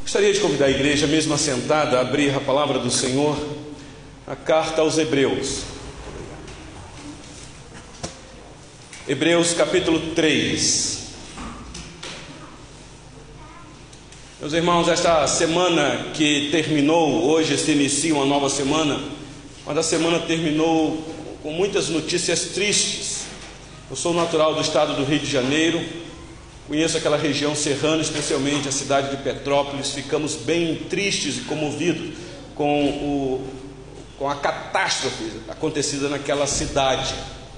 Gostaria de convidar a igreja, mesmo assentada, a abrir a palavra do Senhor, a carta aos Hebreus. Hebreus capítulo 3. Meus irmãos, esta semana que terminou, hoje se inicia uma nova semana, mas a semana terminou com muitas notícias tristes. Eu sou natural do estado do Rio de Janeiro, conheço aquela região serrana, especialmente a cidade de Petrópolis. Ficamos bem tristes e comovidos com a catástrofe acontecida naquela cidade.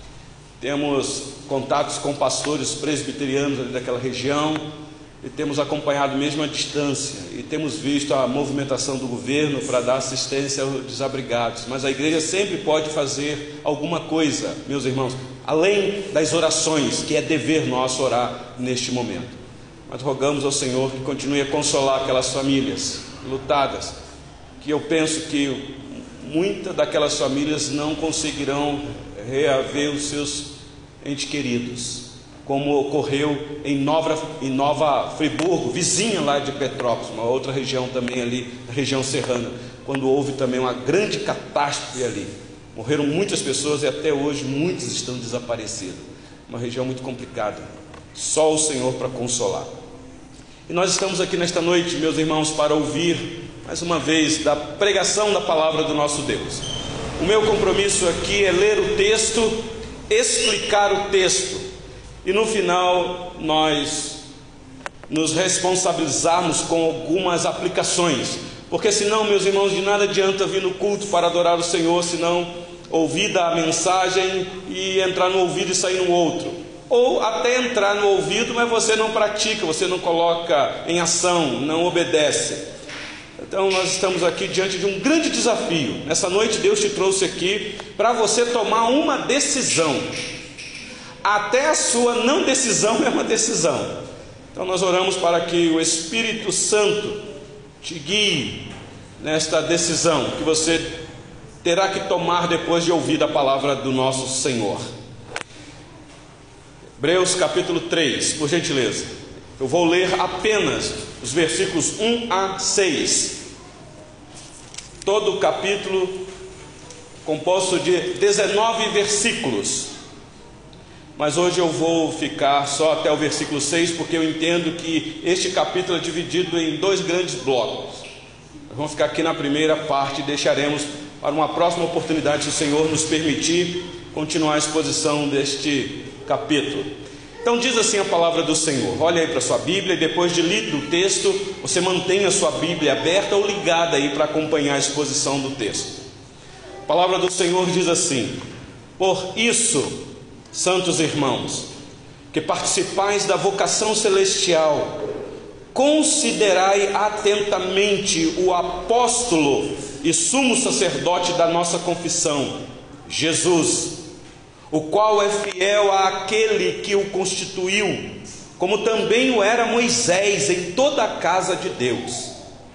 Temos contatos com pastores presbiterianos ali daquela região e temos acompanhado mesmo à distância e temos visto a movimentação do governo para dar assistência aos desabrigados. Mas a igreja sempre pode fazer alguma coisa, meus irmãos, além das orações, que é dever nosso orar neste momento. Mas rogamos ao Senhor que continue a consolar aquelas famílias lutadas, que eu penso que muitas daquelas famílias não conseguirão reaver os seus entes queridos, como ocorreu em Nova Friburgo, vizinha lá de Petrópolis, uma outra região também ali, a região serrana, quando houve também uma grande catástrofe ali. Morreram muitas pessoas e até hoje muitos estão desaparecidos. Uma região muito complicada. Só o Senhor para consolar. E nós estamos aqui nesta noite, meus irmãos, para ouvir mais uma vez da pregação da palavra do nosso Deus. O meu compromisso aqui é ler o texto, explicar o texto e no final nós nos responsabilizarmos com algumas aplicações, porque senão, meus irmãos, de nada adianta vir no culto para adorar o Senhor, senão ouvir a mensagem e entrar no ouvido e sair no outro, ou até entrar no ouvido, mas você não pratica, você não coloca em ação, não obedece. Então nós estamos aqui diante de um grande desafio. Nessa noite Deus te trouxe aqui para você tomar uma decisão. Até a sua não decisão é uma decisão. Então nós oramos para que o Espírito Santo te guie nesta decisão que você terá que tomar depois de ouvir a palavra do nosso Senhor. Hebreus capítulo 3, por gentileza. Eu vou ler apenas os versículos 1 a 6. Todo o capítulo composto de 19 versículos. Mas hoje eu vou ficar só até o versículo 6, porque eu entendo que este capítulo é dividido em dois grandes blocos. Nós vamos ficar aqui na primeira parte e deixaremos para uma próxima oportunidade, se o Senhor nos permitir, continuar a exposição deste capítulo. Então diz assim a palavra do Senhor. Olha aí para a sua Bíblia e depois de lido o texto, você mantenha a sua Bíblia aberta ou ligada aí para acompanhar a exposição do texto. A palavra do Senhor diz assim: por isso, santos irmãos, que participais da vocação celestial, considerai atentamente o apóstolo e sumo sacerdote da nossa confissão, Jesus, o qual é fiel àquele que o constituiu, como também o era Moisés em toda a casa de Deus.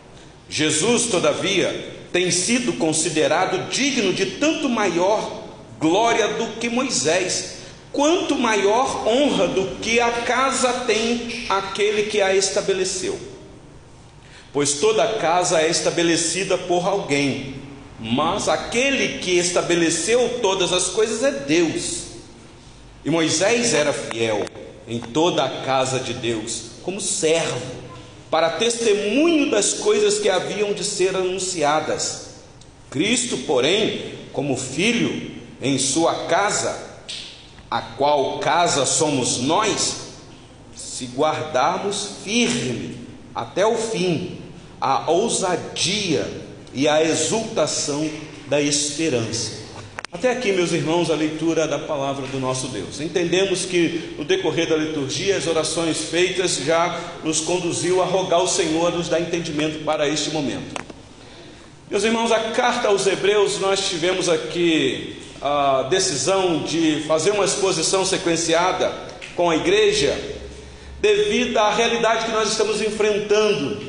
Jesus, todavia, tem sido considerado digno de tanto maior glória do que Moisés, quanto maior honra do que a casa tem aquele que a estabeleceu. Pois toda a casa é estabelecida por alguém, mas aquele que estabeleceu todas as coisas é Deus. E Moisés era fiel em toda a casa de Deus, como servo, para testemunho das coisas que haviam de ser anunciadas. Cristo, porém, como filho em sua casa, a qual casa somos nós, se guardarmos firme até o fim a ousadia e a exultação da esperança. Até aqui, meus irmãos, a leitura da palavra do nosso Deus. Entendemos que no decorrer da liturgia, as orações feitas já nos conduziu a rogar ao Senhor nos dar entendimento para este momento. Meus irmãos, a carta aos Hebreus, nós tivemos aqui a decisão de fazer uma exposição sequenciada com a igreja, devido à realidade que nós estamos enfrentando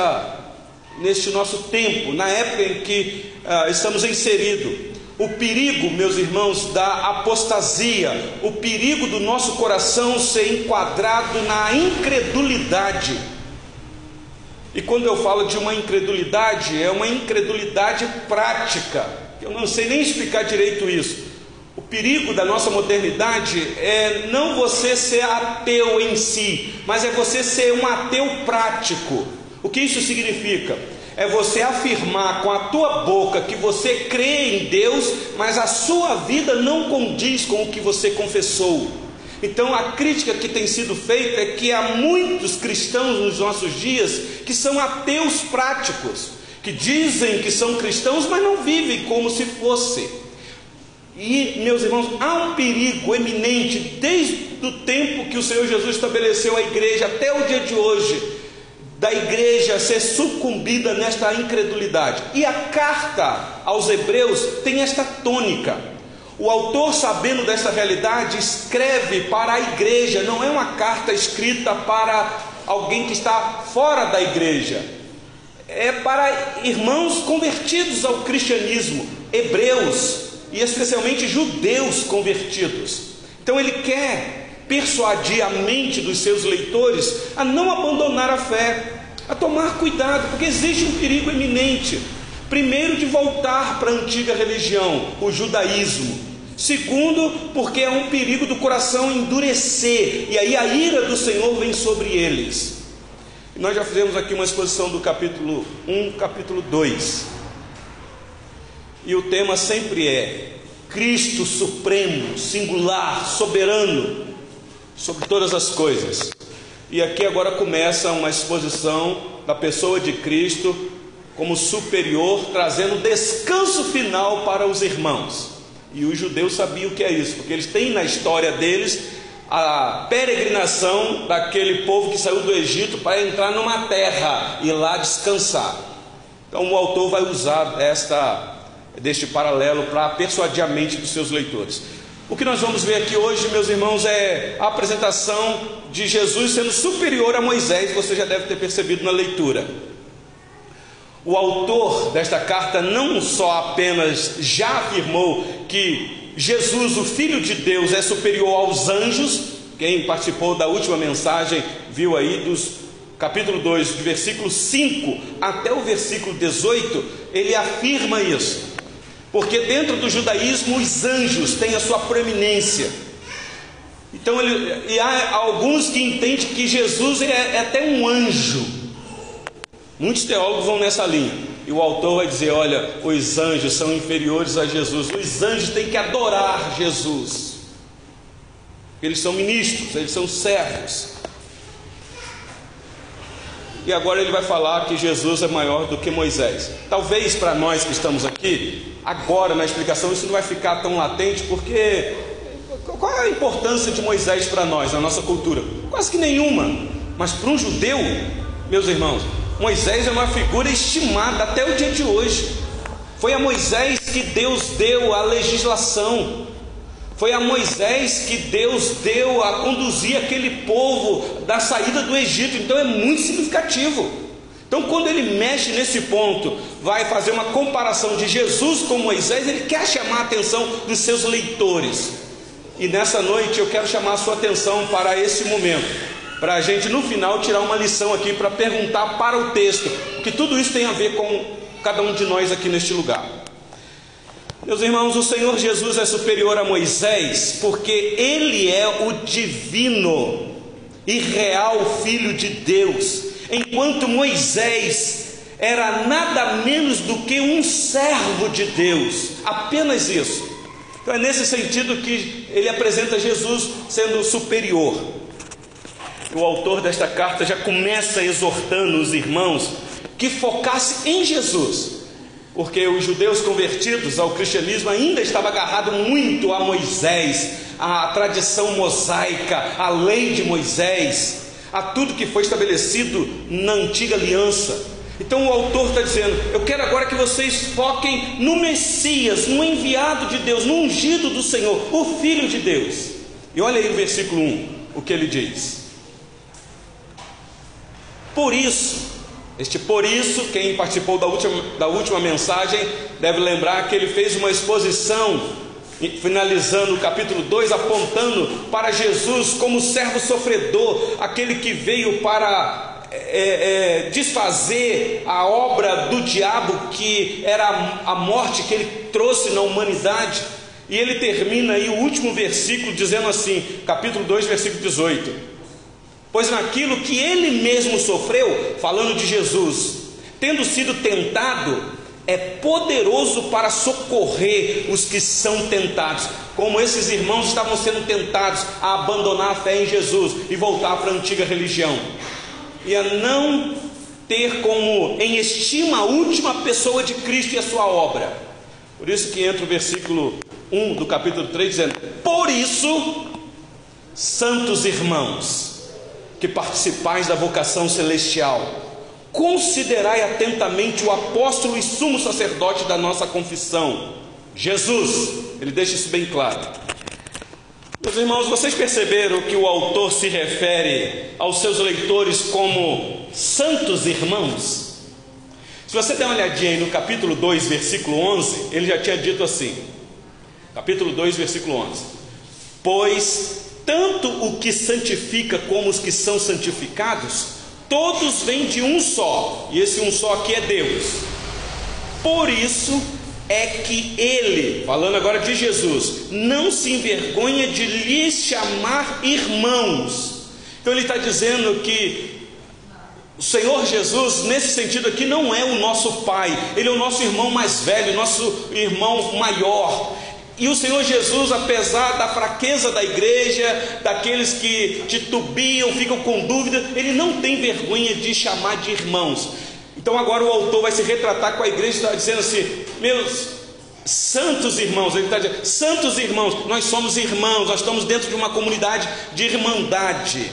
neste nosso tempo, na época em que estamos inseridos. O perigo, meus irmãos, da apostasia, o perigo do nosso coração ser enquadrado na incredulidade. E quando eu falo de uma incredulidade, é uma incredulidade prática. Eu não sei nem explicar direito isso. O perigo da nossa modernidade é não você ser ateu em si, mas é você ser um ateu prático. O que isso significa? É você afirmar com a tua boca que você crê em Deus, mas a sua vida não condiz com o que você confessou. Então a crítica que tem sido feita é que há muitos cristãos nos nossos dias que são ateus práticos, que dizem que são cristãos, mas não vivem como se fosse. E, meus irmãos, há um perigo eminente desde o tempo que o Senhor Jesus estabeleceu a igreja até o dia de hoje, da igreja ser sucumbida nesta incredulidade. E a carta aos Hebreus tem esta tônica. O autor, sabendo dessa realidade, escreve para a igreja. Não é uma carta escrita para alguém que está fora da igreja, é para irmãos convertidos ao cristianismo, hebreus e especialmente judeus convertidos. Então ele quer persuadir a mente dos seus leitores a não abandonar a fé, a tomar cuidado, porque existe um perigo eminente. Primeiro, de voltar para a antiga religião, o judaísmo. Segundo, porque é um perigo do coração endurecer, e aí a ira do Senhor vem sobre eles. E nós já fizemos aqui uma exposição do capítulo 1, capítulo 2. E o tema sempre é Cristo supremo, singular, soberano, sobre todas as coisas. E aqui agora começa uma exposição da pessoa de Cristo como superior, trazendo descanso final para os irmãos. E os judeus sabiam o que é isso, porque eles têm na história deles a peregrinação daquele povo que saiu do Egito para entrar numa terra e lá descansar. Então o autor vai usar deste paralelo para persuadir a mente dos seus leitores. O que nós vamos ver aqui hoje, meus irmãos, é a apresentação de Jesus sendo superior a Moisés. Você já deve ter percebido na leitura. O autor desta carta não só apenas já afirmou que Jesus, o Filho de Deus, é superior aos anjos. Quem participou da última mensagem viu aí dos capítulo 2, do versículo 5 até o versículo 18, ele afirma isso. Porque dentro do judaísmo os anjos têm a sua proeminência. Então e há alguns que entendem que Jesus é até um anjo. Muitos teólogos vão nessa linha. E o autor vai dizer, olha, os anjos são inferiores a Jesus. Os anjos têm que adorar Jesus. Eles são ministros, eles são servos. E agora ele vai falar que Jesus é maior do que Moisés. Talvez para nós que estamos aqui, agora na explicação isso não vai ficar tão latente, porque qual é a importância de Moisés para nós, na nossa cultura? Quase que nenhuma. Mas para um judeu, meus irmãos, Moisés é uma figura estimada até o dia de hoje. Foi a Moisés que Deus deu a legislação. Foi a Moisés que Deus deu a conduzir aquele povo da saída do Egito. Então é muito significativo. Então quando ele mexe nesse ponto, vai fazer uma comparação de Jesus com Moisés, ele quer chamar a atenção dos seus leitores. E nessa noite eu quero chamar a sua atenção para esse momento, para a gente no final tirar uma lição aqui, para perguntar para o texto, que tudo isso tem a ver com cada um de nós aqui neste lugar. Meus irmãos, o Senhor Jesus é superior a Moisés, porque Ele é o divino e real Filho de Deus, enquanto Moisés era nada menos do que um servo de Deus, apenas isso. Então é nesse sentido que ele apresenta Jesus sendo superior. O autor desta carta já começa exortando os irmãos que focassem em Jesus, porque os judeus convertidos ao cristianismo ainda estavam agarrados muito a Moisés, à tradição mosaica, à lei de Moisés, a tudo que foi estabelecido na antiga aliança. Então o autor está dizendo, eu quero agora que vocês foquem no Messias, no enviado de Deus, no ungido do Senhor, o Filho de Deus. E olha aí o versículo 1, o que ele diz. Por isso, quem participou da última mensagem deve lembrar que ele fez uma exposição, finalizando o capítulo 2, apontando para Jesus como servo sofredor, aquele que veio para desfazer a obra do diabo, que era a morte que ele trouxe na humanidade. E ele termina aí o último versículo dizendo assim, capítulo 2, versículo 18: pois naquilo que ele mesmo sofreu, falando de Jesus, tendo sido tentado, é poderoso para socorrer os que são tentados. Como esses irmãos estavam sendo tentados a abandonar a fé em Jesus e voltar para a antiga religião, e a não ter como em estima a última pessoa de Cristo e a sua obra. Por isso que entra o versículo 1 do capítulo 3 dizendo: por isso, santos irmãos, que participais da vocação celestial, considerai atentamente o apóstolo e sumo sacerdote da nossa confissão, Jesus. Ele deixa isso bem claro. Meus irmãos, vocês perceberam que o autor se refere aos seus leitores como santos irmãos? Se você der uma olhadinha aí no capítulo 2, versículo 11, ele já tinha dito assim, capítulo 2, versículo 11: pois tanto o que santifica como os que são santificados, todos vêm de um só, e esse um só aqui é Deus. Por isso é que ele, falando agora de Jesus, não se envergonha de lhes chamar irmãos. Então ele está dizendo que o Senhor Jesus, nesse sentido aqui, não é o nosso pai, ele é o nosso irmão mais velho, nosso irmão maior. E o Senhor Jesus, apesar da fraqueza da igreja, daqueles que titubeam, ficam com dúvida, ele não tem vergonha de chamar de irmãos. Então agora o autor vai se retratar com a igreja e está dizendo assim: meus santos irmãos, ele está dizendo, santos irmãos, nós somos irmãos, nós estamos dentro de uma comunidade de irmandade.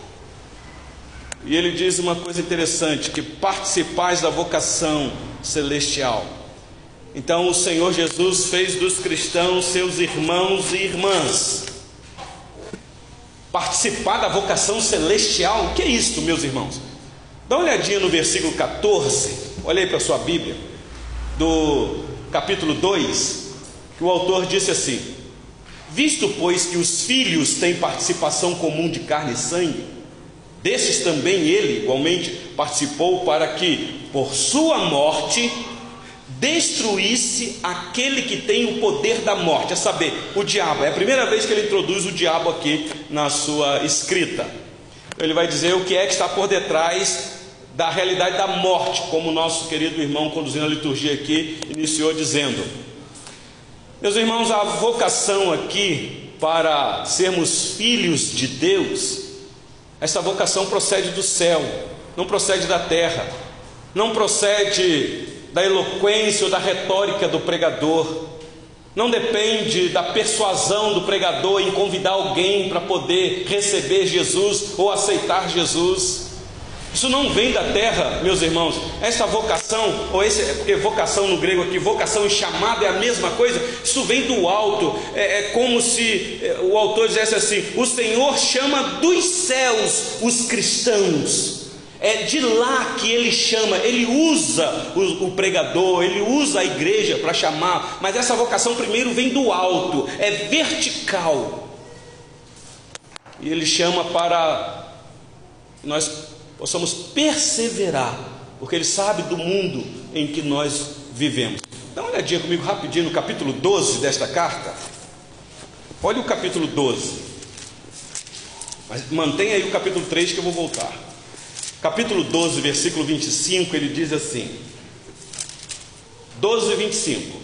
E ele diz uma coisa interessante, que participais da vocação celestial. Então o Senhor Jesus fez dos cristãos seus irmãos e irmãs. Participar da vocação celestial, o que é isso, meus irmãos? Dá uma olhadinha no versículo 14, olha aí para a sua Bíblia, do capítulo 2, que o autor disse assim: visto pois que os filhos têm participação comum de carne e sangue, desses também ele igualmente participou, para que por sua morte destruísse aquele que tem o poder da morte, a saber, o diabo. É a primeira vez que ele introduz o diabo aqui na sua escrita. Ele vai dizer o que é que está por detrás da realidade da morte, como o nosso querido irmão conduzindo a liturgia aqui iniciou dizendo. Meus irmãos, a vocação aqui para sermos filhos de Deus, essa vocação procede do céu, não procede da terra, não procede da eloquência ou da retórica do pregador, não depende da persuasão do pregador em convidar alguém para poder receber Jesus ou aceitar Jesus. Isso não vem da terra, meus irmãos. Esta vocação, porque vocação no grego aqui, vocação e chamada é a mesma coisa, isso vem do alto. É como se o autor dissesse assim: o Senhor chama dos céus os cristãos. É de lá que ele chama, ele usa o pregador, ele usa a igreja para chamar, mas essa vocação primeiro vem do alto, é vertical. E ele chama para nós possamos perseverar, porque ele sabe do mundo em que nós vivemos. Dá uma olhadinha comigo rapidinho no capítulo 12 desta carta. Olha o capítulo 12, mas mantenha aí o capítulo 3 que eu vou voltar. Capítulo 12, versículo 25, ele diz assim, 12, 25: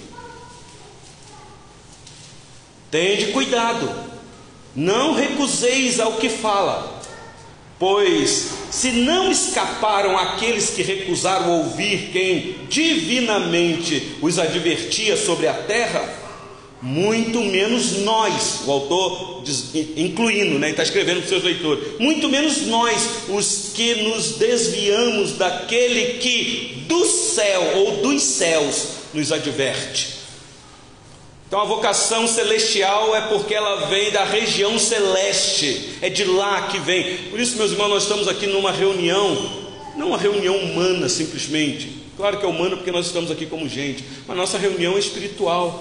tende cuidado, não recuseis ao que fala, pois se não escaparam aqueles que recusaram ouvir quem divinamente os advertia sobre a terra, muito menos nós, o autor incluindo, está escrevendo para os seus leitores, muito menos nós, os que nos desviamos daquele que do céu ou dos céus nos adverte. Então a vocação celestial é porque ela vem da região celeste, é de lá que vem. Por isso, meus irmãos, nós estamos aqui numa reunião, não uma reunião humana simplesmente, claro que é humana porque nós estamos aqui como gente, mas nossa reunião é espiritual.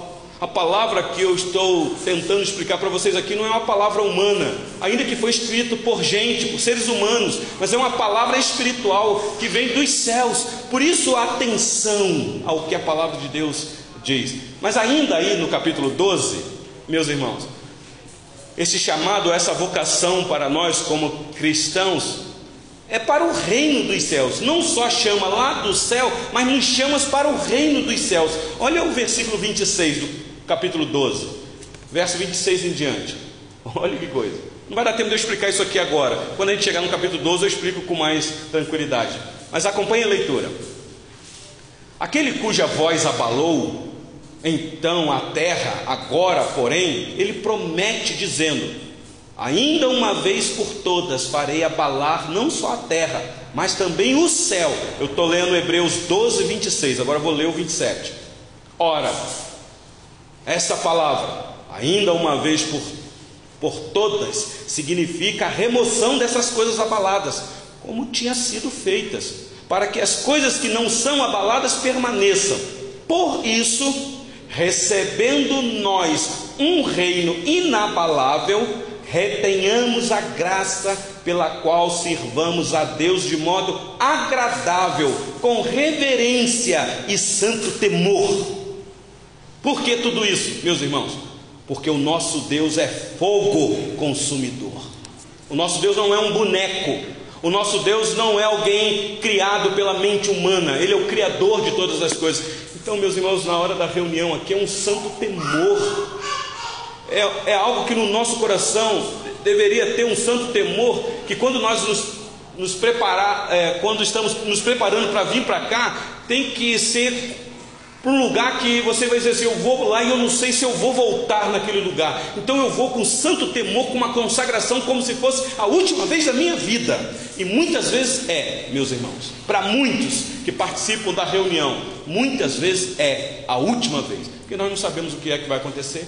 A palavra que eu estou tentando explicar para vocês aqui não é uma palavra humana, ainda que foi escrito por gente, por seres humanos, mas é uma palavra espiritual que vem dos céus. Por isso, atenção ao que a palavra de Deus diz. Mas ainda aí no capítulo 12, meus irmãos, esse chamado, essa vocação para nós como cristãos, é para o reino dos céus. Não só chama lá do céu, mas nos chama para o reino dos céus. Olha o versículo 26 do capítulo 12, verso 26 em diante. Olha que coisa. Não vai dar tempo de eu explicar isso aqui agora. Quando a gente chegar no capítulo 12 eu explico com mais tranquilidade. Mas acompanhe a leitura. Aquele cuja voz abalou então a terra, agora porém ele promete dizendo: ainda uma vez por todas farei abalar não só a terra, mas também o céu. Eu estou lendo Hebreus 12, 26, agora vou ler o 27. Ora, essa palavra, ainda uma vez por todas, significa a remoção dessas coisas abaladas, como tinha sido feitas, para que as coisas que não são abaladas permaneçam. Por isso, recebendo nós um reino inabalável, retenhamos a graça pela qual sirvamos a Deus de modo agradável, com reverência e santo temor. Por que tudo isso, meus irmãos? Porque o nosso Deus é fogo consumidor. O nosso Deus não é um boneco. O nosso Deus não é alguém criado pela mente humana. Ele é o criador de todas as coisas. Então, meus irmãos, na hora da reunião aqui é um santo temor. É algo que no nosso coração deveria ter um santo temor, que quando nós quando estamos nos preparando para vir para cá, tem que ser para um lugar que você vai dizer assim: eu vou lá e eu não sei se eu vou voltar naquele lugar, então eu vou com santo temor, com uma consagração, como se fosse a última vez da minha vida. E muitas vezes meus irmãos, para muitos que participam da reunião, muitas vezes é a última vez, porque nós não sabemos o que é que vai acontecer.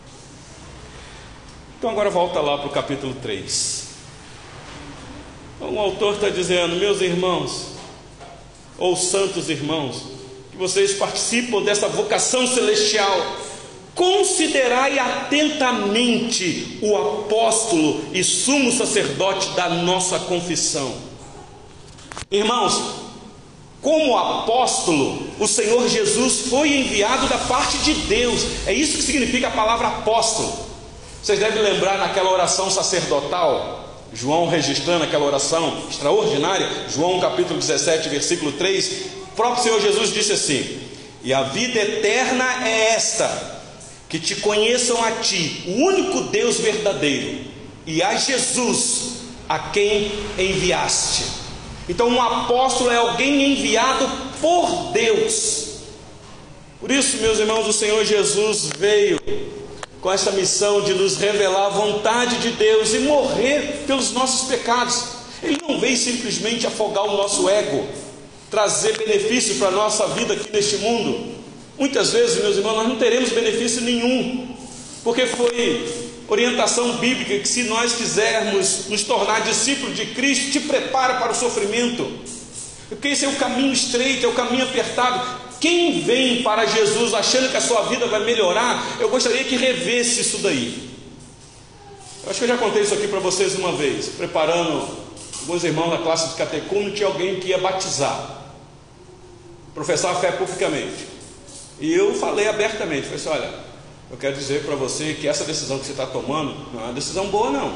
Então agora volta lá para o capítulo 3. Então, o autor está dizendo: meus irmãos, ou santos irmãos, que vocês participam dessa vocação celestial, considerai atentamente o apóstolo e sumo sacerdote da nossa confissão. Irmãos, como apóstolo, o Senhor Jesus foi enviado da parte de Deus. É isso que significa a palavra apóstolo. Vocês devem lembrar naquela oração sacerdotal, João registrando aquela oração extraordinária, João capítulo 17, versículo 3, o próprio Senhor Jesus disse assim: e a vida eterna é esta, que te conheçam a ti, o único Deus verdadeiro, e a Jesus, a quem enviaste. Então um apóstolo é alguém enviado por Deus. Por isso, meus irmãos, o Senhor Jesus veio com essa missão de nos revelar a vontade de Deus e morrer pelos nossos pecados. Ele não veio simplesmente afogar o nosso ego, trazer benefício para a nossa vida aqui neste mundo. Muitas vezes, meus irmãos, nós não teremos benefício nenhum, porque foi orientação bíblica que, se nós quisermos nos tornar discípulos de Cristo, te prepara para o sofrimento, porque esse é o caminho estreito, é o caminho apertado. Quem vem para Jesus achando que a sua vida vai melhorar, eu gostaria que revesse isso daí. Eu acho que eu já contei isso aqui para vocês uma vez, preparando alguns irmãos da classe de catecúmeno. Tinha alguém que ia batizar, professar a fé publicamente, e eu falei abertamente, falei assim: olha, eu quero dizer para você que essa decisão que você está tomando não é uma decisão boa, não.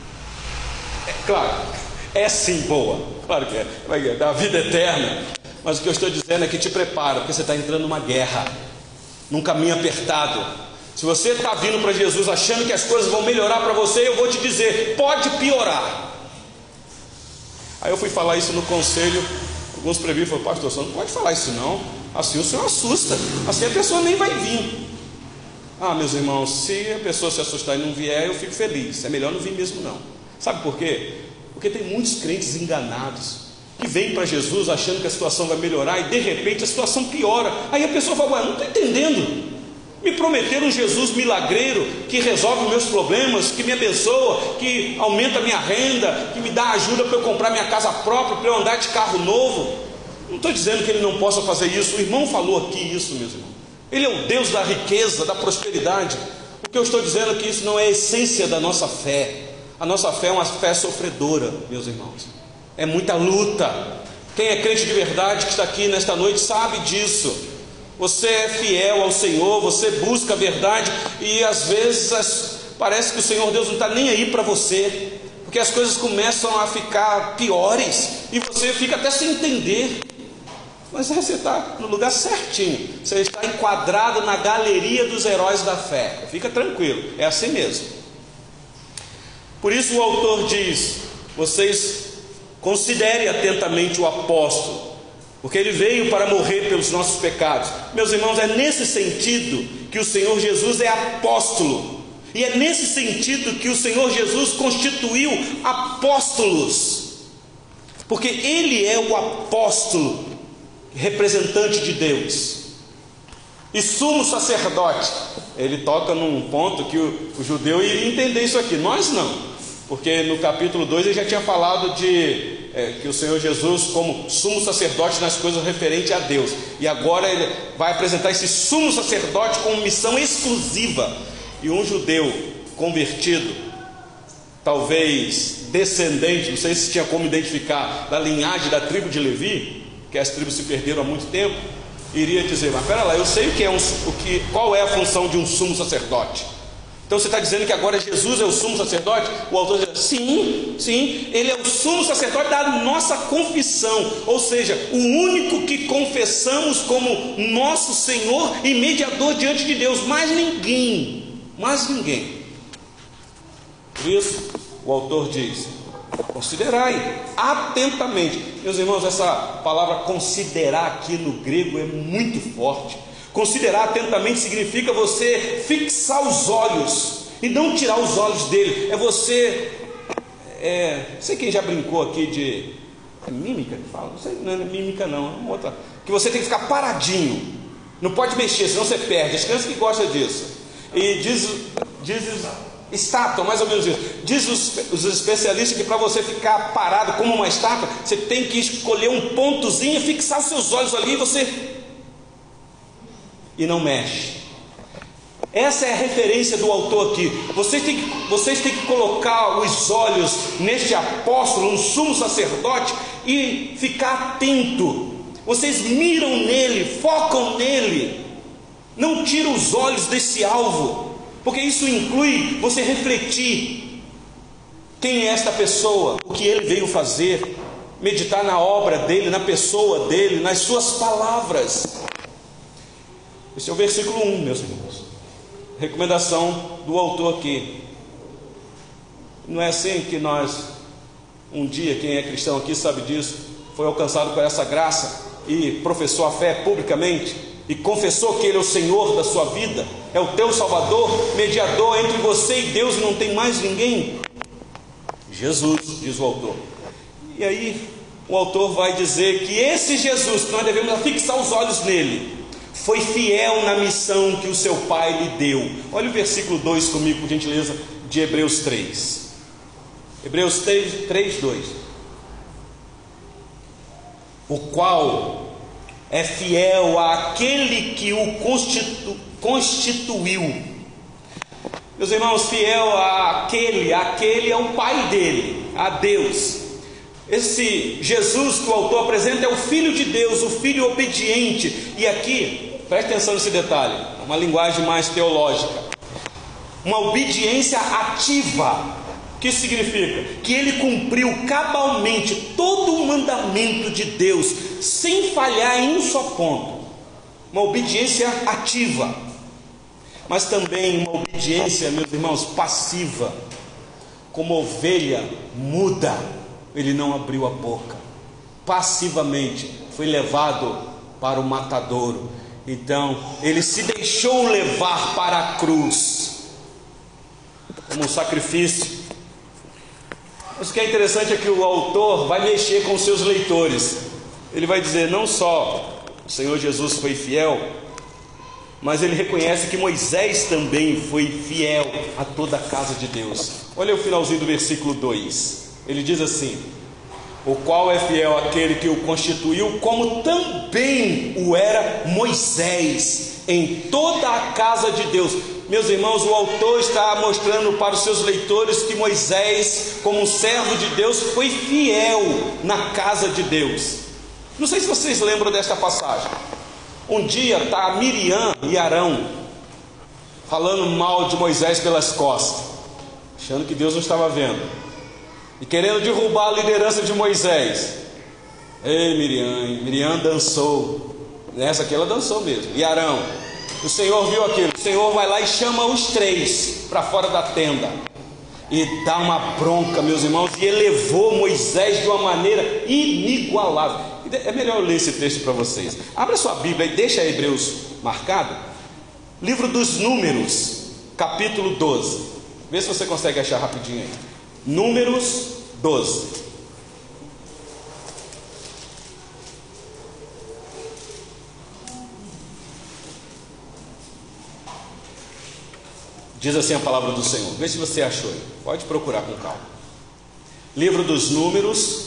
Claro, é sim boa, claro que vai dar a vida eterna, mas o que eu estou dizendo é que te prepara, porque você está entrando numa guerra, num caminho apertado. Se você está vindo para Jesus achando que as coisas vão melhorar para você, eu vou te dizer: pode piorar. Aí eu fui falar isso no conselho. Alguns presbíteros falaram: pastor, você não pode falar isso não, assim o senhor assusta, assim a pessoa nem vai vir. Meus irmãos, se a pessoa se assustar e não vier, eu fico feliz, é melhor não vir mesmo não. Sabe por quê? Porque tem muitos crentes enganados, que vêm para Jesus achando que a situação vai melhorar, e de repente a situação piora. Aí a pessoa fala: não estou entendendo, me prometeram um Jesus milagreiro, que resolve meus problemas, que me abençoa, que aumenta a minha renda, que me dá ajuda para eu comprar minha casa própria, para eu andar de carro novo. Não estou dizendo que ele não possa fazer isso, o irmão falou aqui isso, meus irmãos. Ele é o Deus da riqueza, da prosperidade. O que eu estou dizendo é que isso não é a essência da nossa fé. A nossa fé é uma fé sofredora, meus irmãos. É muita luta. Quem é crente de verdade que está aqui nesta noite sabe disso. Você é fiel ao Senhor, você busca a verdade, e às vezes parece que o Senhor Deus não está nem aí para você, porque as coisas começam a ficar piores, e você fica até sem entender. Mas você está no lugar certinho, você está enquadrado na galeria dos heróis da fé. Fica tranquilo, é assim mesmo. Por isso o autor diz: vocês considerem atentamente o apóstolo, porque ele veio para morrer pelos nossos pecados. Meus irmãos, é nesse sentido que o Senhor Jesus é apóstolo, e é nesse sentido que o Senhor Jesus constituiu apóstolos, porque ele é o apóstolo, representante de Deus, e sumo sacerdote. Ele toca num ponto que o judeu iria entender isso aqui, nós não, porque no capítulo 2 ele já tinha falado de que o Senhor Jesus como sumo sacerdote nas coisas referentes a Deus, e agora ele vai apresentar esse sumo sacerdote com missão exclusiva. E um judeu convertido, talvez descendente, não sei se tinha como identificar, da linhagem da tribo de Levi, que as tribos se perderam há muito tempo, iria dizer: mas pera lá, eu sei o que é qual é a função de um sumo sacerdote. Então você está dizendo que agora Jesus é o sumo sacerdote? O autor diz: sim, ele é o sumo sacerdote da nossa confissão, ou seja, o único que confessamos como nosso Senhor e mediador diante de Deus, mais ninguém. Por isso o autor diz: considerai atentamente. Meus irmãos, essa palavra considerar aqui no grego é muito forte. Considerar atentamente significa você fixar os olhos e não tirar os olhos dele. É você, não sei quem já brincou aqui de mímica que fala, não sei, não é mímica não, é uma outra, que você tem que ficar paradinho, não pode mexer, senão você perde. As crianças que gostam disso. E diz estátua, mais ou menos isso. Diz os especialistas que para você ficar parado como uma estátua, você tem que escolher um pontozinho e fixar os seus olhos ali, e não mexe. Essa é a referência do autor aqui. Vocês têm que colocar os olhos neste apóstolo, um sumo sacerdote, e ficar atento. Vocês miram nele, focam nele, não tiram os olhos desse alvo, porque isso inclui você refletir quem é esta pessoa, o que ele veio fazer, meditar na obra dele, na pessoa dele, nas suas palavras. Esse é o versículo 1, meus irmãos. Recomendação do autor aqui. Não é assim que nós, um dia, quem é cristão aqui sabe disso, foi alcançado por essa graça e professou a fé publicamente e confessou que ele é o Senhor da sua vida, é o teu Salvador, mediador entre você e Deus, e não tem mais ninguém? Jesus, diz o autor. E aí o autor vai dizer que esse Jesus, que nós devemos fixar os olhos nele, foi fiel na missão que o seu pai lhe deu. Olha o versículo 2 comigo, por gentileza, de Hebreus 3. Hebreus 3, 2. O qual é fiel àquele que o constituiu. Meus irmãos, fiel àquele é o pai dele, a Deus. Esse Jesus que o autor apresenta é o Filho de Deus, o Filho obediente. E aqui, preste atenção nesse detalhe, uma linguagem mais teológica, uma obediência ativa. O que isso significa? Que ele cumpriu cabalmente todo o mandamento de Deus, sem falhar em um só ponto. Uma obediência ativa, mas também uma obediência, meus irmãos, passiva. Como ovelha muda, ele não abriu a boca, passivamente foi levado para o matadouro. Então ele se deixou levar para a cruz como um sacrifício. Mas o que é interessante é que o autor vai mexer com os seus leitores. Ele vai dizer, não só o Senhor Jesus foi fiel, mas ele reconhece que Moisés também foi fiel a toda a casa de Deus. Olha o finalzinho do versículo 2. Ele diz assim: o qual é fiel àquele que o constituiu, como também o era Moisés em toda a casa de Deus. Meus irmãos, o autor está mostrando para os seus leitores que Moisés, como um servo de Deus, foi fiel na casa de Deus. Não sei se vocês lembram desta passagem. Um dia está Miriam e Arão falando mal de Moisés pelas costas, achando que Deus não estava vendo, e querendo derrubar a liderança de Moisés. Ei, Miriam dançou. Nessa aqui ela dançou mesmo. E Arão, o Senhor viu aquilo. O Senhor vai lá e chama os três para fora da tenda e dá uma bronca, meus irmãos, e elevou Moisés de uma maneira inigualável. É melhor eu ler esse texto para vocês. Abra sua Bíblia e deixa Hebreus marcado. Livro dos Números, capítulo 12. Vê se você consegue achar rapidinho aí. Números 12. Diz assim a palavra do Senhor. Vê se você achou aí. Pode procurar com calma. Livro dos Números.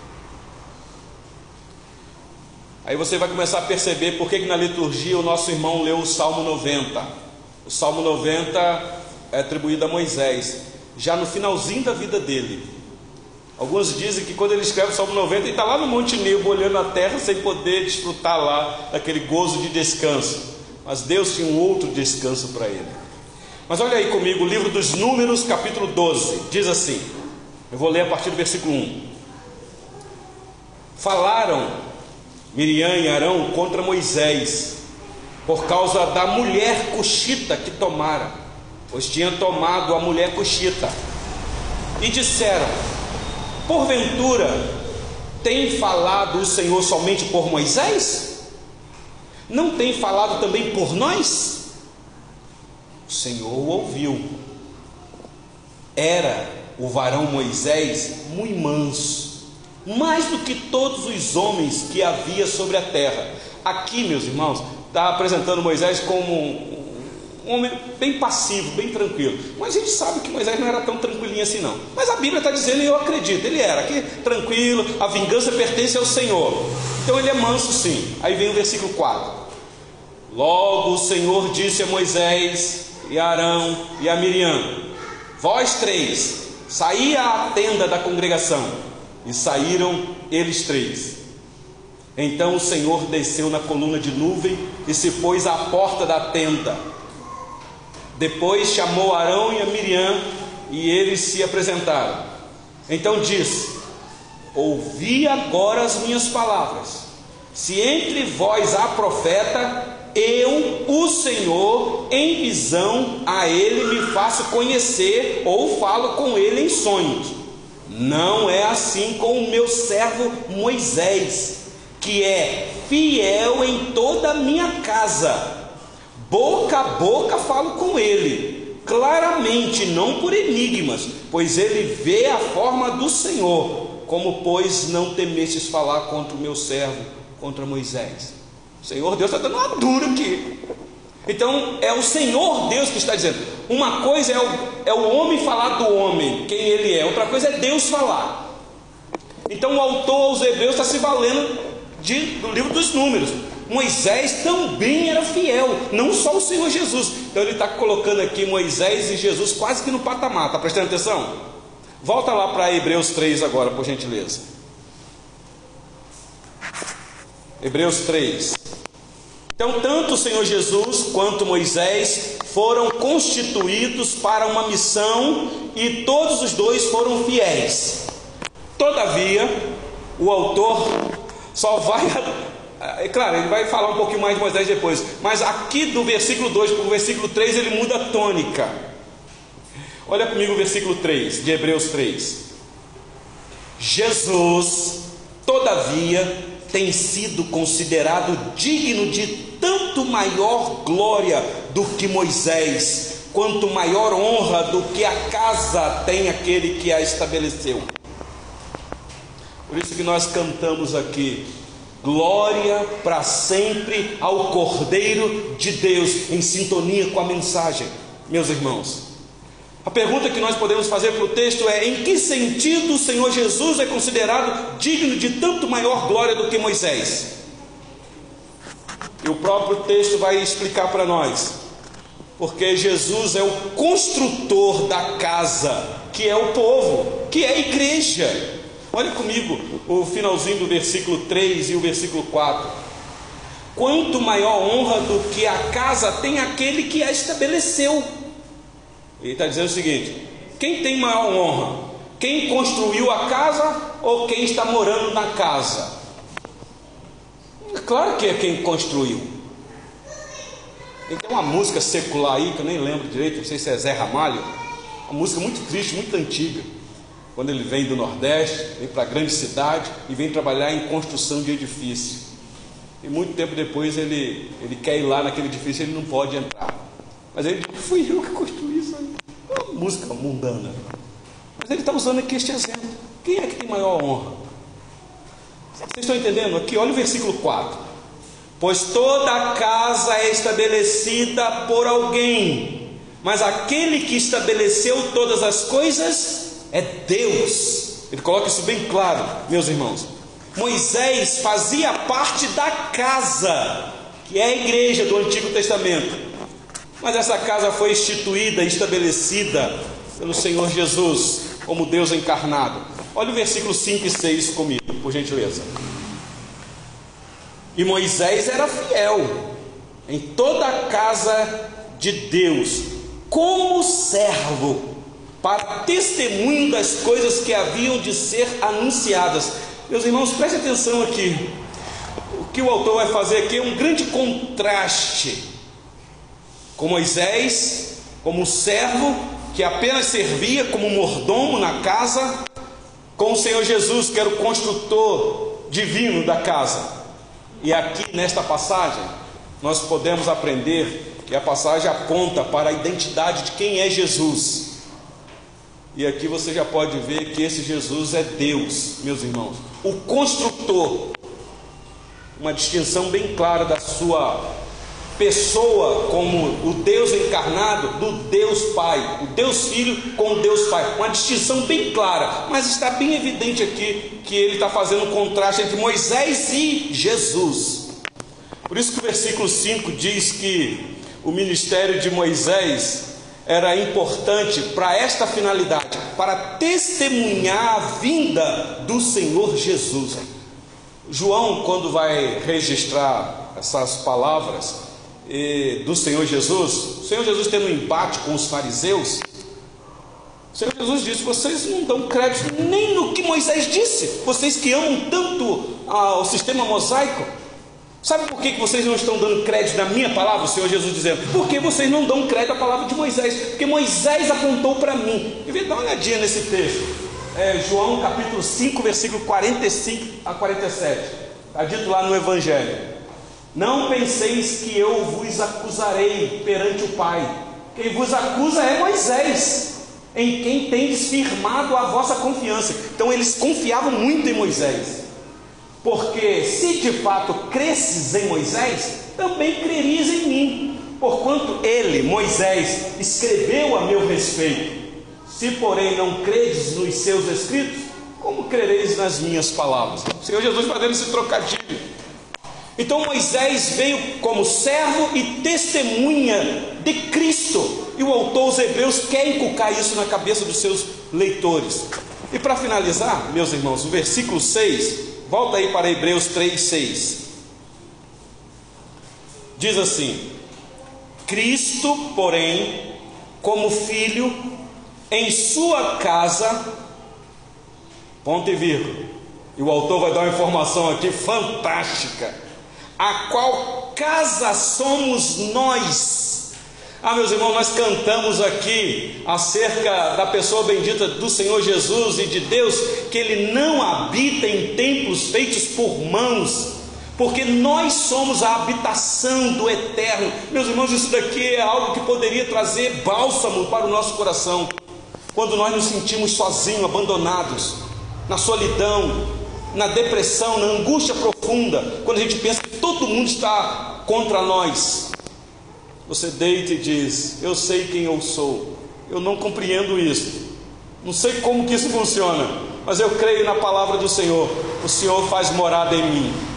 Aí você vai começar a perceber por que na liturgia o nosso irmão leu o Salmo 90. O Salmo 90 é atribuído a Moisés, já no finalzinho da vida dele. Alguns dizem que quando ele escreve o Salmo 90, ele está lá no Monte Nebo, olhando a terra, sem poder desfrutar lá daquele gozo de descanso. Mas Deus tinha um outro descanso para ele. Mas olha aí comigo, o livro dos Números, capítulo 12, diz assim. Eu vou ler a partir do versículo 1. Falaram Miriam e Arão contra Moisés, por causa da mulher cuxita que tomara, pois tinha tomado a mulher cuxita. E disseram: porventura tem falado o Senhor somente por Moisés? Não tem falado também por nós? O Senhor o ouviu. Era o varão Moisés muito manso, mais do que todos os homens que havia sobre a terra. Aqui, meus irmãos, está apresentando Moisés como um homem bem passivo, bem tranquilo. Mas a gente sabe que Moisés não era tão tranquilinho assim não. Mas a Bíblia está dizendo, e eu acredito, ele era aqui tranquilo, a vingança pertence ao Senhor. Então ele é manso sim. Aí vem o versículo 4. Logo o Senhor disse a Moisés e a Arão e a Miriam: vós três, saí à tenda da congregação. E saíram eles três. Então o Senhor desceu na coluna de nuvem e se pôs à porta da tenda. Depois chamou Arão e a Miriam e eles se apresentaram. Então disse: ouvi agora as minhas palavras. Se entre vós há profeta, eu, o Senhor, em visão a ele me faço conhecer, ou falo com ele em sonhos. Não é assim com o meu servo Moisés, que é fiel em toda a minha casa. Boca a boca falo com ele, claramente, não por enigmas, pois ele vê a forma do Senhor. Como, pois, não temestes falar contra o meu servo, contra Moisés? O Senhor Deus está dando uma dura aqui. Então é o Senhor Deus que está dizendo. Uma coisa é o homem falar do homem, quem ele é. Outra coisa é Deus falar. Então o autor aos Hebreus está se valendo do livro dos Números. Moisés também era fiel, não só o Senhor Jesus. Então ele está colocando aqui Moisés e Jesus quase que no patamar. Está prestando atenção? Volta lá para Hebreus 3 agora, por gentileza. Hebreus 3. Então, tanto o Senhor Jesus quanto Moisés foram constituídos para uma missão e todos os dois foram fiéis. Todavia, o autor só vai... É claro, ele vai falar um pouquinho mais de Moisés depois, mas aqui do versículo 2 para o versículo 3 ele muda a tônica. Olha comigo o versículo 3 de Hebreus 3. Jesus, todavia, tem sido considerado digno de tanto maior glória do que Moisés, quanto maior honra do que a casa tem aquele que a estabeleceu. Por isso que nós cantamos aqui: glória para sempre ao Cordeiro de Deus, em sintonia com a mensagem. Meus irmãos, a pergunta que nós podemos fazer para o texto é: em que sentido o Senhor Jesus é considerado digno de tanto maior glória do que Moisés? E o próprio texto vai explicar para nós. Porque Jesus é o construtor da casa, que é o povo, que é a igreja. Olha comigo o finalzinho do versículo 3 e o versículo 4. Quanto maior honra do que a casa tem aquele que a estabeleceu. Ele está dizendo o seguinte: quem tem maior honra? Quem construiu a casa ou quem está morando na casa? É claro que é quem construiu. Tem uma música secular aí, que eu nem lembro direito, não sei se é Zé Ramalho, uma música muito triste, muito antiga, quando ele vem do Nordeste, vem para a grande cidade e vem trabalhar em construção de edifício, e muito tempo depois ele quer ir lá naquele edifício, ele não pode entrar, mas ele diz: fui eu que construí isso aí. É uma música mundana, mas ele está usando aqui este exemplo. Quem é que tem maior honra? Vocês estão entendendo? Aqui, olha o versículo 4. Pois toda a casa é estabelecida por alguém, mas aquele que estabeleceu todas as coisas é Deus. Ele coloca isso bem claro, meus irmãos. Moisés fazia parte da casa, que é a igreja do Antigo Testamento, mas essa casa foi instituída e estabelecida pelo Senhor Jesus, como Deus encarnado. Olha o versículo 5 e 6 comigo, por gentileza. E Moisés era fiel em toda a casa de Deus, como servo, para testemunho das coisas que haviam de ser anunciadas. Meus irmãos, prestem atenção aqui. O que o autor vai fazer aqui é um grande contraste com Moisés, como servo, que apenas servia como mordomo na casa, com o Senhor Jesus, que era o construtor divino da casa. E aqui nesta passagem nós podemos aprender que a passagem aponta para a identidade de quem é Jesus. E aqui você já pode ver que esse Jesus é Deus, meus irmãos, o construtor. Uma distinção bem clara da sua pessoa como o Deus encarnado do Deus Pai, o Deus Filho com o Deus Pai, uma distinção bem clara, mas está bem evidente aqui que ele está fazendo um contraste entre Moisés e Jesus. Por isso que o versículo 5 diz que o ministério de Moisés era importante para esta finalidade, para testemunhar a vinda do Senhor Jesus. João, quando vai registrar essas palavras do Senhor Jesus, o Senhor Jesus tendo um embate com os fariseus, o Senhor Jesus disse: vocês não dão crédito nem no que Moisés disse, vocês que amam tanto ao sistema mosaico. Sabe por que vocês não estão dando crédito na minha palavra? O Senhor Jesus dizendo: porque vocês não dão crédito à palavra de Moisés, porque Moisés apontou para mim. E vem dar uma olhadinha nesse texto, João capítulo 5, versículo 45 a 47, está dito lá no Evangelho: não penseis que eu vos acusarei perante o Pai, quem vos acusa é Moisés, em quem tendes firmado a vossa confiança. Então eles confiavam muito em Moisés, porque se de fato cresces em Moisés, também crerias em mim, porquanto ele, Moisés, escreveu a meu respeito. Se porém não credes nos seus escritos, como crereis nas minhas palavras? O Senhor Jesus fazendo esse trocadilho. Então Moisés veio como servo e testemunha de Cristo, e o autor aos Hebreus quer inculcar isso na cabeça dos seus leitores. E para finalizar, meus irmãos, o versículo 6, volta aí para Hebreus 3, 6, diz assim: Cristo, porém, como filho, em sua casa, ponto e vírgula, e o autor vai dar uma informação aqui fantástica: a qual casa somos nós? Meus irmãos, nós cantamos aqui acerca da pessoa bendita do Senhor Jesus e de Deus, que Ele não habita em templos feitos por mãos, porque nós somos a habitação do Eterno. Meus irmãos, isso daqui é algo que poderia trazer bálsamo para o nosso coração, quando nós nos sentimos sozinhos, abandonados, na solidão, na depressão, na angústia profunda, quando a gente pensa que todo mundo está contra nós. Você deita e diz: eu sei quem eu sou, eu não compreendo isso, não sei como que isso funciona, mas eu creio na palavra do Senhor. O Senhor faz morada em mim,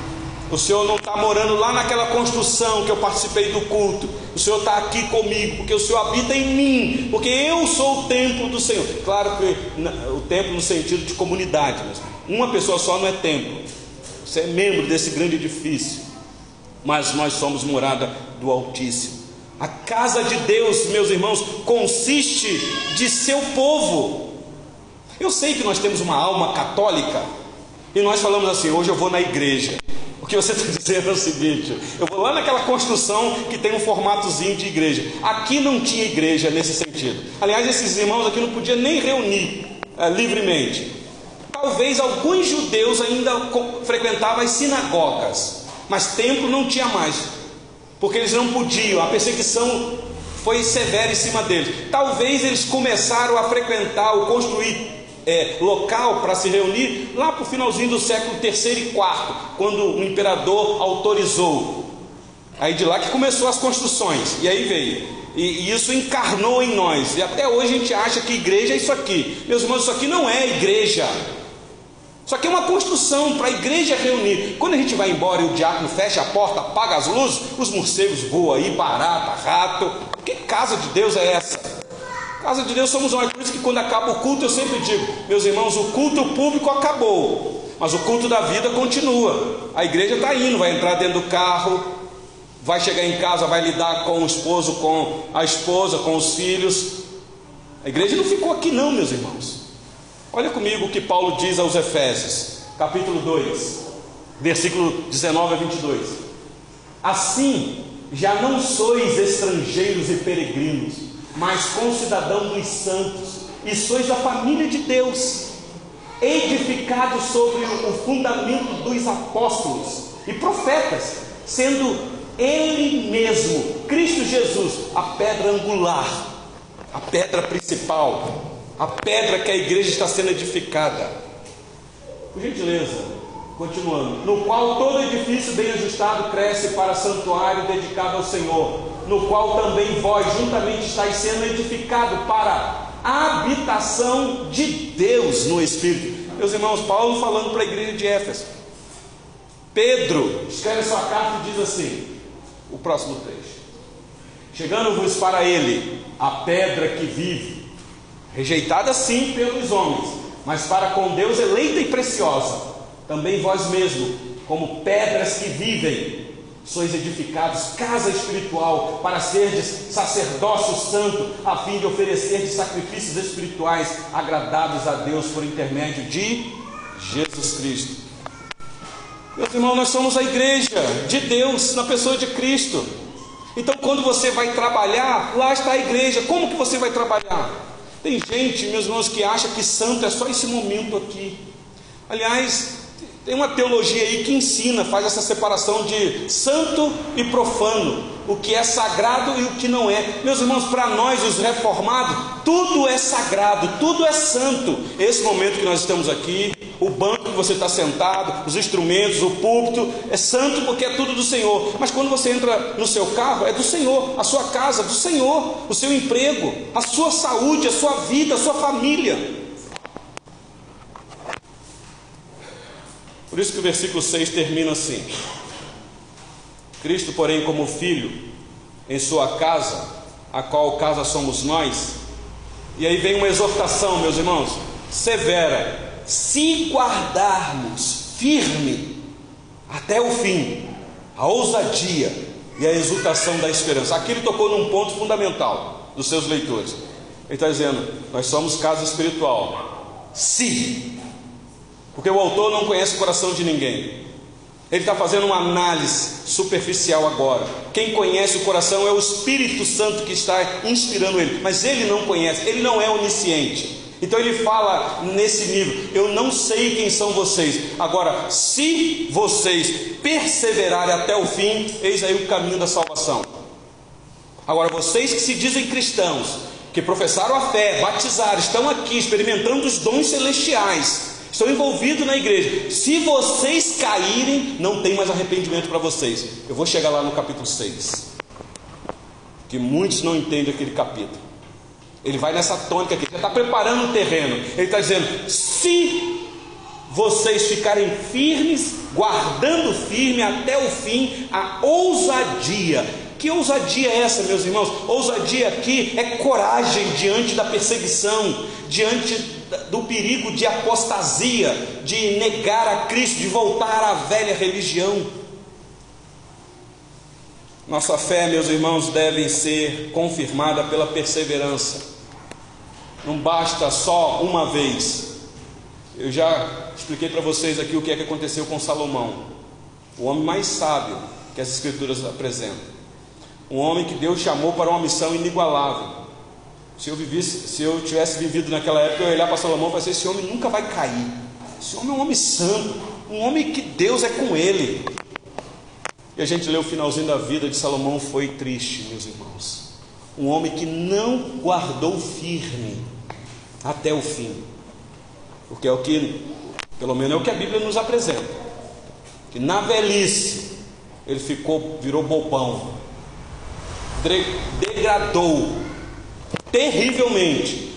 O Senhor não está morando lá naquela construção que eu participei do culto. O Senhor está aqui comigo, porque o Senhor habita em mim, porque eu sou o templo do Senhor. Claro que o templo no sentido de comunidade, mas uma pessoa só não é templo. Você é membro desse grande edifício, mas nós somos morada do Altíssimo. A casa de Deus, meus irmãos, consiste de seu povo. Eu sei que nós temos uma alma católica e nós falamos assim: hoje eu vou na igreja. O que você está dizendo é o seguinte: eu vou lá naquela construção que tem um formatozinho de igreja. Aqui não tinha igreja nesse sentido. Aliás, esses irmãos aqui não podiam nem reunir livremente. Talvez alguns judeus ainda frequentavam as sinagogas, mas templo não tinha mais, porque eles não podiam. A perseguição foi severa em cima deles. Talvez eles começaram a frequentar ou construir local para se reunir lá para o finalzinho do século III e IV, quando o imperador autorizou. Aí de lá que começou as construções, e aí veio, e isso encarnou em nós, e até hoje a gente acha que igreja é isso aqui. Meus irmãos, isso aqui não é igreja, isso aqui é uma construção para a igreja reunir. Quando a gente vai embora e o diácono fecha a porta, apaga as luzes, os morcegos voam aí, barata, rato. Que casa de Deus é essa? Casa de Deus somos nós. Por isso que quando acaba o culto eu sempre digo: meus irmãos, o culto público acabou, mas o culto da vida continua. A igreja está indo, vai entrar dentro do carro, vai chegar em casa, vai lidar com o esposo, com a esposa, com os filhos. A igreja não ficou aqui não, meus irmãos. Olha comigo o que Paulo diz aos Efésios, capítulo 2, versículo 19 a 22. Assim, já não sois estrangeiros e peregrinos, mas concidadãos dos santos, e sois da família de Deus, edificados sobre o fundamento dos apóstolos e profetas, sendo Ele mesmo, Cristo Jesus, a pedra angular, a pedra principal, a pedra que a igreja está sendo edificada. Por gentileza, continuando: no qual todo edifício bem ajustado cresce para santuário dedicado ao Senhor, no qual também vós juntamente estáis sendo edificado para a habitação de Deus no Espírito. Meus irmãos, Paulo falando para a igreja de Éfeso. Pedro escreve sua carta e diz assim, o próximo trecho: chegando-vos para ele a pedra que vive, rejeitada sim pelos homens, mas para com Deus eleita e preciosa. Também vós mesmos, como pedras que vivem, sois edificados casa espiritual, para serdes sacerdócio santo, a fim de oferecerdes sacrifícios espirituais agradáveis a Deus por intermédio de Jesus Cristo. Meus irmãos, nós somos a igreja de Deus na pessoa de Cristo. Então quando você vai trabalhar, lá está a igreja. Como que você vai trabalhar? Tem gente, meus irmãos, que acha que santo é só esse momento aqui. Aliás, tem uma teologia aí que ensina, faz essa separação de santo e profano, o que é sagrado e o que não é. Meus irmãos, para nós os reformados, tudo é sagrado, tudo é santo. Esse momento que nós estamos aqui, o banco que você está sentado, os instrumentos, o púlpito, é santo porque é tudo do Senhor. Mas quando você entra no seu carro, é do Senhor, a sua casa, do Senhor, o seu emprego, a sua saúde, a sua vida, a sua família. Por isso que o versículo 6 termina assim: Cristo, porém, como filho, em sua casa, a qual casa somos nós. E aí vem uma exortação, meus irmãos, severa: se guardarmos firme até o fim a ousadia e a exultação da esperança. Aqui ele tocou num ponto fundamental dos seus leitores. Ele está dizendo: nós somos casa espiritual. Se, porque o autor não conhece o coração de ninguém. Ele está fazendo uma análise superficial agora. Quem conhece o coração é o Espírito Santo que está inspirando ele, mas ele não conhece, ele não é onisciente. Então ele fala nesse nível: eu não sei quem são vocês, agora se vocês perseverarem até o fim, eis aí o caminho da salvação. Agora vocês que se dizem cristãos, que professaram a fé, batizaram, estão aqui experimentando os dons celestiais, estão envolvidos na igreja, se vocês caírem, não tem mais arrependimento para vocês. Eu vou chegar lá no capítulo 6, que muitos não entendem aquele capítulo. Ele vai nessa tônica aqui, já está preparando o terreno. Ele está dizendo: se vocês ficarem firmes guardando firme até o fim a ousadia. Que ousadia é essa, meus irmãos? Ousadia aqui é coragem diante da perseguição, diante do perigo de apostasia, de negar a Cristo, de voltar à velha religião. Nossa fé, meus irmãos, deve ser confirmada pela perseverança. Não basta só uma vez. Eu já expliquei para vocês aqui o que é que aconteceu com Salomão, o homem mais sábio que as Escrituras apresentam. Um homem que Deus chamou para uma missão inigualável. Se eu tivesse vivido naquela época, eu ia olhar para Salomão e falar assim: esse homem nunca vai cair. Esse homem é um homem santo, um homem que Deus é com ele. E a gente lê o finalzinho da vida de Salomão, foi triste, meus irmãos. Um homem que não guardou firme até o fim. Porque é o que, pelo menos é o que a Bíblia nos apresenta, que na velhice ele virou bobão, degradou terrivelmente.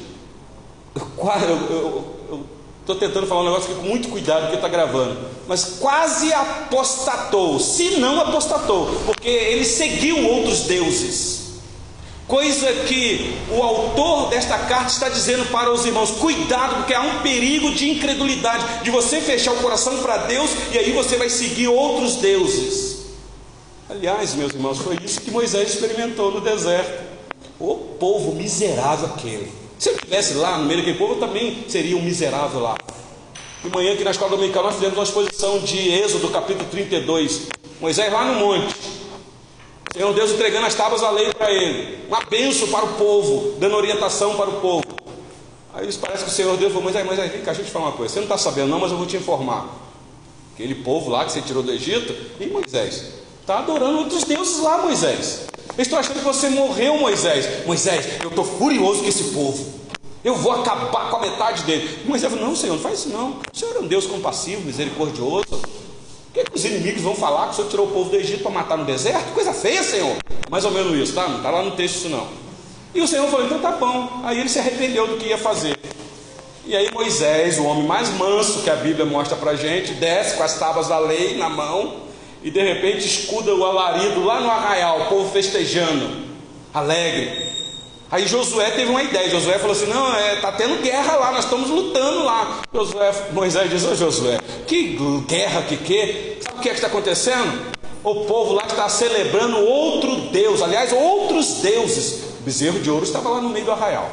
Eu estou tentando falar um negócio aqui com muito cuidado porque está gravando, mas quase apostatou, se não apostatou, porque ele seguiu outros deuses, coisa que o autor desta carta está dizendo para os irmãos: cuidado, porque há um perigo de incredulidade, de você fechar o coração para Deus e aí você vai seguir outros deuses. Aliás, meus irmãos, foi isso que Moisés experimentou no deserto. O povo miserável aquele. Se eu estivesse lá no meio daquele povo, eu também seria um miserável lá. De manhã aqui na escola dominical nós fizemos uma exposição de Êxodo, capítulo 32. Moisés lá no monte, Senhor Deus entregando as tábuas da lei para ele, uma bênção para o povo, dando orientação para o povo. Aí parece que o Senhor Deus falou: Moisés, vem cá, deixa eu te falar uma coisa. Você não está sabendo não, mas eu vou te informar. Aquele povo lá que você tirou do Egito, e Moisés está adorando outros deuses lá, Moisés. Eu estou achando que você morreu, Moisés. Moisés, eu estou furioso com esse povo. Eu vou acabar com a metade dele. Moisés falou: não, Senhor, não faz isso não. O Senhor é um Deus compassivo, misericordioso. O que os inimigos vão falar que o Senhor tirou o povo do Egito para matar no deserto? Coisa feia, Senhor. Mais ou menos isso, tá? Não está lá no texto isso não. E o Senhor falou: então tá bom. Aí ele se arrependeu do que ia fazer. E aí Moisés, o homem mais manso que a Bíblia mostra para a gente, desce com as tábuas da lei na mão e de repente escuta o alarido lá no arraial, o povo festejando, alegre. Aí Josué teve uma ideia. Josué falou assim: não, está tendo guerra lá, nós estamos lutando lá. Moisés diz: ô Josué, que guerra, que? Sabe o que é que está acontecendo? O povo lá está celebrando outro Deus, aliás, outros deuses. O bezerro de ouro estava lá no meio do arraial.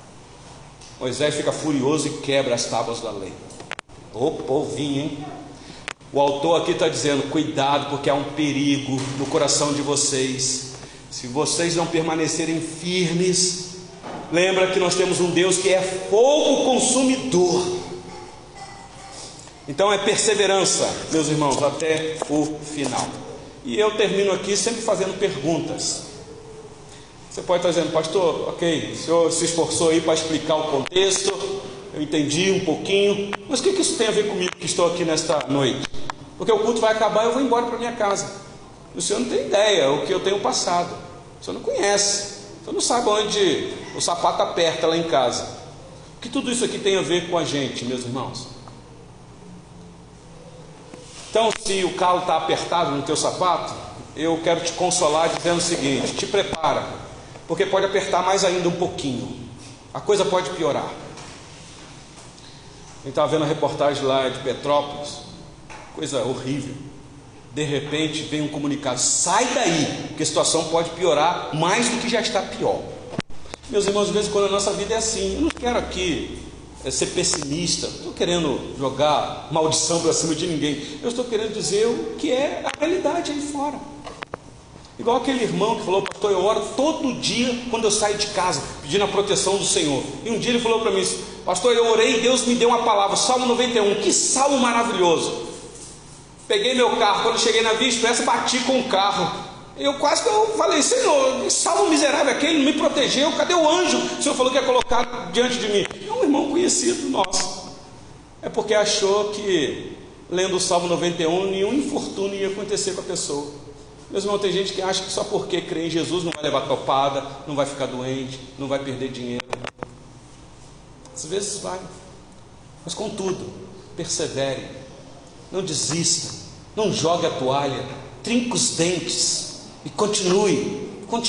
Moisés fica furioso e quebra as tábuas da lei. Ô povinho, hein? O autor aqui está dizendo: cuidado, porque há um perigo no coração de vocês. Se vocês não permanecerem firmes, lembra que nós temos um Deus que é fogo consumidor. Então é perseverança, meus irmãos, até o final. E eu termino aqui sempre fazendo perguntas. Você pode estar dizendo: pastor, ok, o senhor se esforçou aí para explicar o contexto, eu entendi um pouquinho, mas o que isso tem a ver comigo que estou aqui nesta noite? Porque o culto vai acabar e eu vou embora para minha casa. O senhor não tem ideia o que eu tenho passado. O senhor não conhece. O senhor não sabe onde o sapato aperta lá em casa. O que tudo isso aqui tem a ver com a gente, meus irmãos? Então, se o calo está apertado no teu sapato, eu quero te consolar dizendo o seguinte: te prepara, porque pode apertar mais ainda um pouquinho. A coisa pode piorar. A gente estava vendo a reportagem lá de Petrópolis, coisa horrível. De repente vem um comunicado: sai daí, porque a situação pode piorar mais do que já está pior. Meus irmãos, de vez em quando a nossa vida é assim. Eu não quero aqui ser pessimista, não estou querendo jogar maldição para cima de ninguém. Eu estou querendo dizer o que é a realidade aí fora. Igual aquele irmão que falou: pastor, eu oro todo dia quando eu saio de casa, pedindo a proteção do Senhor. E um dia ele falou para mim: pastor, eu orei e Deus me deu uma palavra, Salmo 91, que salmo maravilhoso. Peguei meu carro, quando cheguei na Via Expressa, bati com o carro. Eu quase que eu falei: Senhor, que salmo miserável aquele, não me protegeu, cadê o anjo? O Senhor falou que ia colocar diante de mim. É um irmão conhecido nosso. É porque achou que, lendo o Salmo 91, nenhum infortúnio ia acontecer com a pessoa. Meus irmãos, tem gente que acha que só porque crê em Jesus não vai levar topada, não vai ficar doente, não vai perder dinheiro. Às vezes vai. Mas contudo, persevere, não desista. Não jogue a toalha, trinque os dentes e continue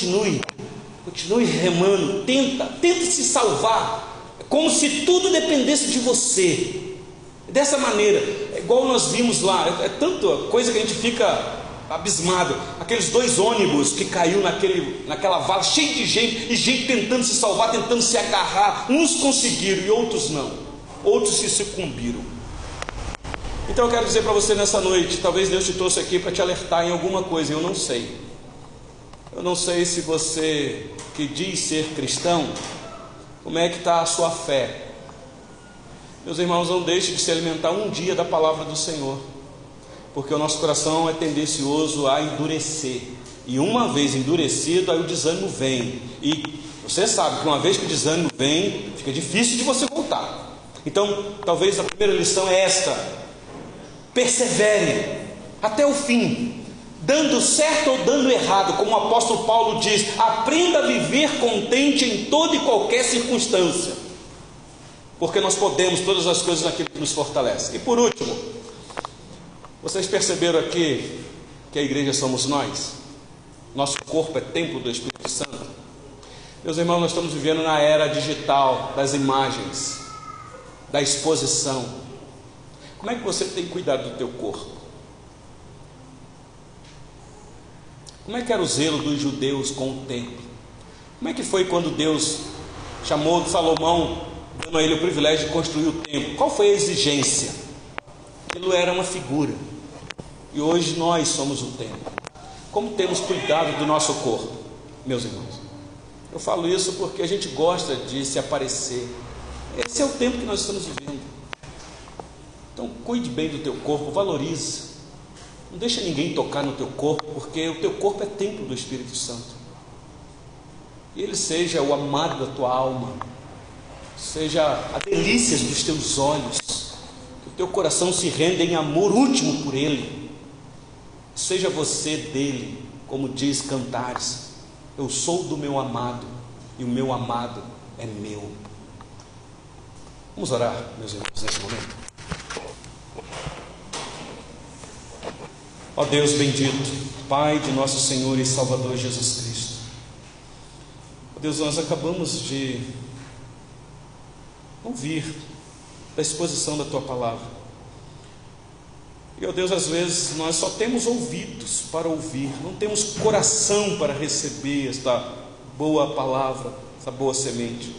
remando, tenta se salvar, como se tudo dependesse de você. Dessa maneira, é igual nós vimos lá, é tanta coisa que a gente fica abismado. Aqueles 2 ônibus que caiu naquela vala, cheio de gente, e gente tentando se salvar, tentando se agarrar. Uns conseguiram e outros não, outros se sucumbiram. Então eu quero dizer para você nessa noite, talvez Deus te trouxe aqui para te alertar em alguma coisa. Eu não sei se você que diz ser cristão, como é que está a sua fé. Meus irmãos, não deixe de se alimentar um dia da palavra do Senhor, porque o nosso coração é tendencioso a endurecer, e uma vez endurecido, aí o desânimo vem, e você sabe que uma vez que o desânimo vem, fica difícil de você voltar. Então, talvez a primeira lição é esta: persevere até o fim, dando certo ou dando errado, como o apóstolo Paulo diz, aprenda a viver contente em toda e qualquer circunstância, porque nós podemos todas as coisas naquilo que nos fortalece. E por último, vocês perceberam aqui que a igreja somos nós? Nosso corpo é templo do Espírito Santo. Meus irmãos, nós estamos vivendo na era digital, das imagens, da exposição. Como é que você tem cuidado do teu corpo? Como é que era o zelo dos judeus com o templo? Como é que foi quando Deus chamou Salomão, dando a ele o privilégio de construir o templo? Qual foi a exigência? Aquilo era uma figura. E hoje nós somos o templo. Como temos cuidado do nosso corpo, meus irmãos? Eu falo isso porque a gente gosta de se aparecer. Esse é o tempo que nós estamos vivendo. Então cuide bem do teu corpo, valorize. Não deixa ninguém tocar no teu corpo, porque o teu corpo é templo do Espírito Santo. E ele seja o amado da tua alma, seja a delícia dos teus olhos, que o teu coração se renda em amor último por ele. Seja você dele, como diz Cantares: eu sou do meu amado e o meu amado é meu. Vamos orar, meus irmãos, neste momento. Ó Deus bendito, Pai de nosso Senhor e Salvador Jesus Cristo. Ó Deus, nós acabamos de ouvir da exposição da Tua Palavra. E ó Deus, às vezes nós só temos ouvidos para ouvir, não temos coração para receber esta boa palavra, essa boa semente.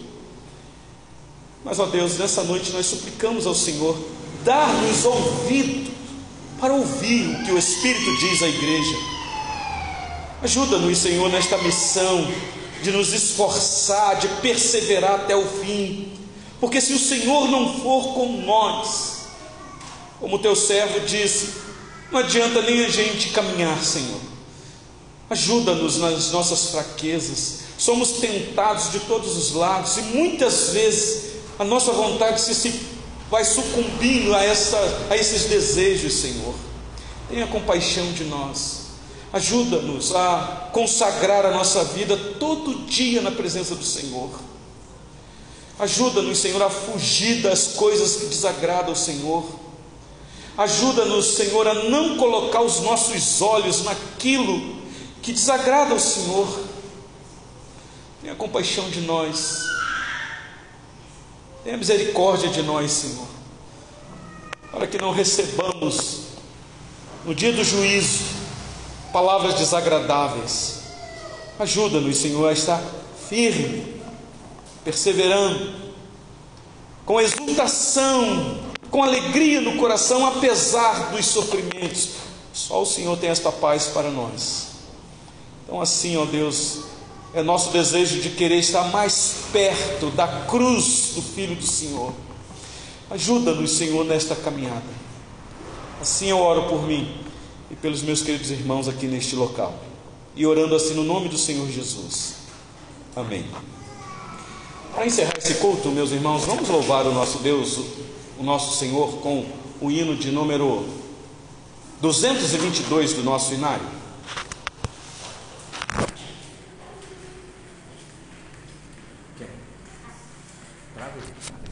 Mas ó Deus, nessa noite nós suplicamos ao Senhor, dar-nos ouvido para ouvir o que o Espírito diz à igreja. Ajuda-nos, Senhor, nesta missão de nos esforçar, de perseverar até o fim, porque se o Senhor não for com nós, como o teu servo disse, não adianta nem a gente caminhar, Senhor. Ajuda-nos nas nossas fraquezas. Somos tentados de todos os lados, e muitas vezes a nossa vontade vai sucumbindo a esses desejos, Senhor. Tenha compaixão de nós. Ajuda-nos a consagrar a nossa vida todo dia na presença do Senhor. Ajuda-nos, Senhor, a fugir das coisas que desagradam ao Senhor. Ajuda-nos, Senhor, a não colocar os nossos olhos naquilo que desagrada ao Senhor. Tenha compaixão de nós. Tenha misericórdia de nós, Senhor, para que não recebamos no dia do juízo palavras desagradáveis. Ajuda-nos, Senhor, a estar firme, perseverando, com exultação, com alegria no coração, apesar dos sofrimentos. Só o Senhor tem esta paz para nós. Então assim, ó Deus, é nosso desejo de querer estar mais perto da cruz do Filho do Senhor. Ajuda-nos, Senhor, nesta caminhada. Assim eu oro por mim e pelos meus queridos irmãos aqui neste local, e orando assim no nome do Senhor Jesus. Amém. Para encerrar esse culto, meus irmãos, vamos louvar o nosso Deus, o nosso Senhor, com o hino de número 222 do nosso inário. Bravo.